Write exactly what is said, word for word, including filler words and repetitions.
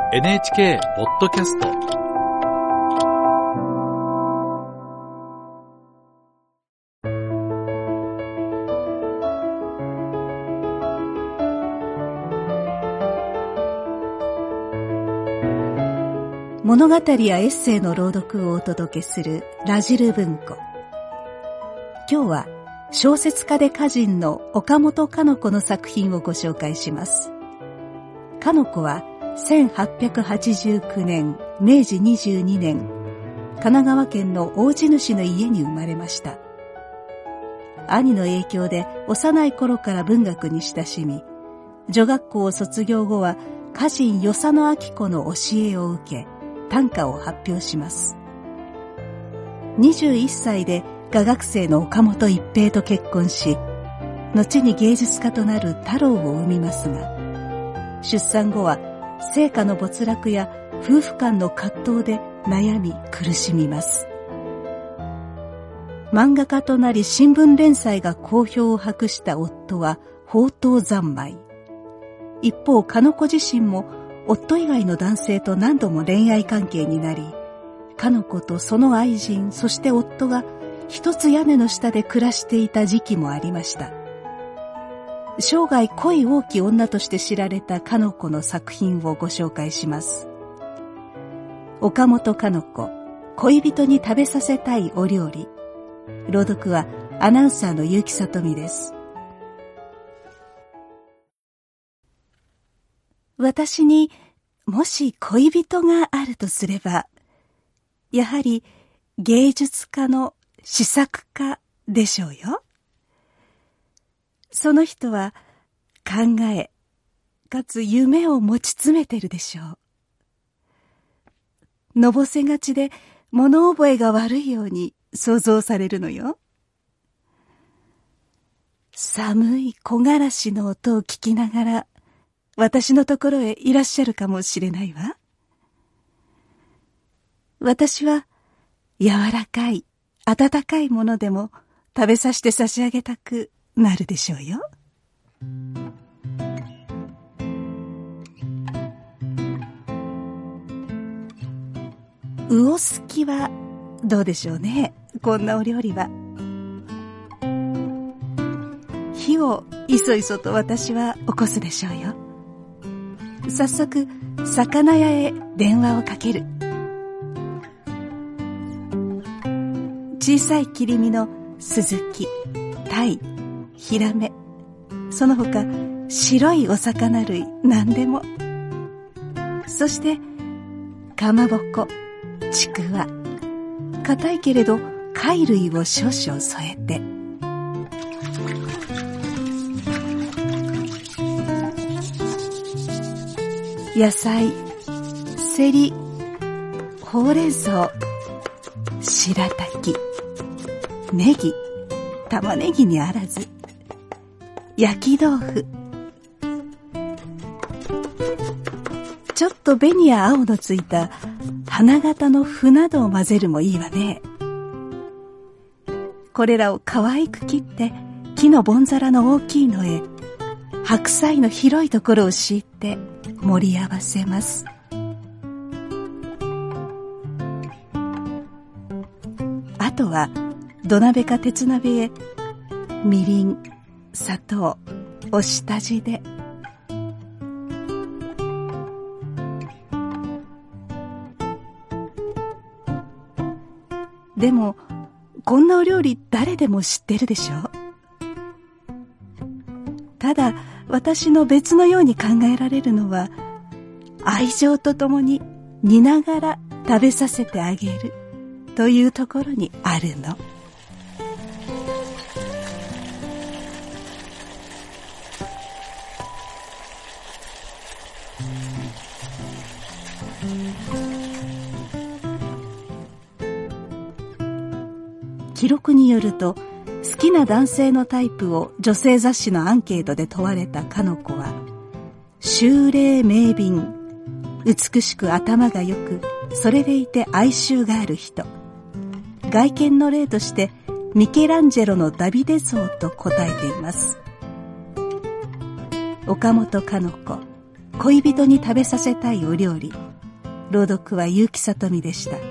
エヌエイチケー ポッドキャスト物語やエッセイの朗読をお届けするラジル文庫。今日は小説家で歌人の岡本かの子の作品をご紹介します。かの子はせんはっぴゃくはちじゅうきゅうねんめいじにじゅうにねん、神奈川県の大地主の家に生まれました。兄の影響で幼い頃から文学に親しみ、女学校を卒業後は歌人与謝野晶子の教えを受け、短歌を発表します。にじゅういっさいで画学生の岡本一平と結婚し、後に芸術家となる太郎を生みますが、出産後は生家の没落や夫婦間の葛藤で悩み苦しみます。漫画家となり新聞連載が好評を博した夫は放蕩三昧。一方、かの子自身も夫以外の男性と何度も恋愛関係になり、かの子とその愛人、そして夫が一つ屋根の下で暮らしていた時期もありました。生涯恋多き女として知られたかの子の作品をご紹介します。岡本かの子、恋人に食べさせたいお料理。朗読はアナウンサーの結城里美です。私にもし恋人があるとすれば、やはり芸術家の詩作家でしょうよ。その人は考え、かつ夢を持ち詰めてるでしょう。のぼせがちで物覚えが悪いように想像されるのよ。寒い木枯らしの音を聞きながら、私のところへいらっしゃるかもしれないわ。私は柔らかい、温かいものでも食べさせて差し上げたくなるでしょうよ。魚すきはどうでしょうね。こんなお料理は。火をいそいそと私は起こすでしょうよ。早速魚屋へ電話をかける。小さい切り身のスズキ、タイ、ヒラメ、その他白いお魚類何でも。そしてかまぼこ、ちくわ、硬いけれど貝類を少々添えて、野菜、セリ、ほうれん草、白滝、ネギ、玉ねぎにあらず、焼き豆腐、ちょっと紅や青のついた花形の麩などを混ぜるもいいわね。これらを可愛く切って木のボン皿の大きいのへ白菜の広いところを敷いて盛り合わせます。あとは土鍋か鉄鍋へみりん、砂糖、お下地で。でもこんなお料理誰でも知ってるでしょ。ただ私の別のように考えられるのは、愛情とともに煮ながら食べさせてあげるというところにあるの。記録によると、好きな男性のタイプを女性雑誌のアンケートで問われたかの子は、秀麗明敏、美しく頭が良く、それでいて哀愁がある人。外見の例としてミケランジェロのダビデ像と答えています。岡本かの子、 恋人に食べさせたいお料理。朗読は結城さとみでした。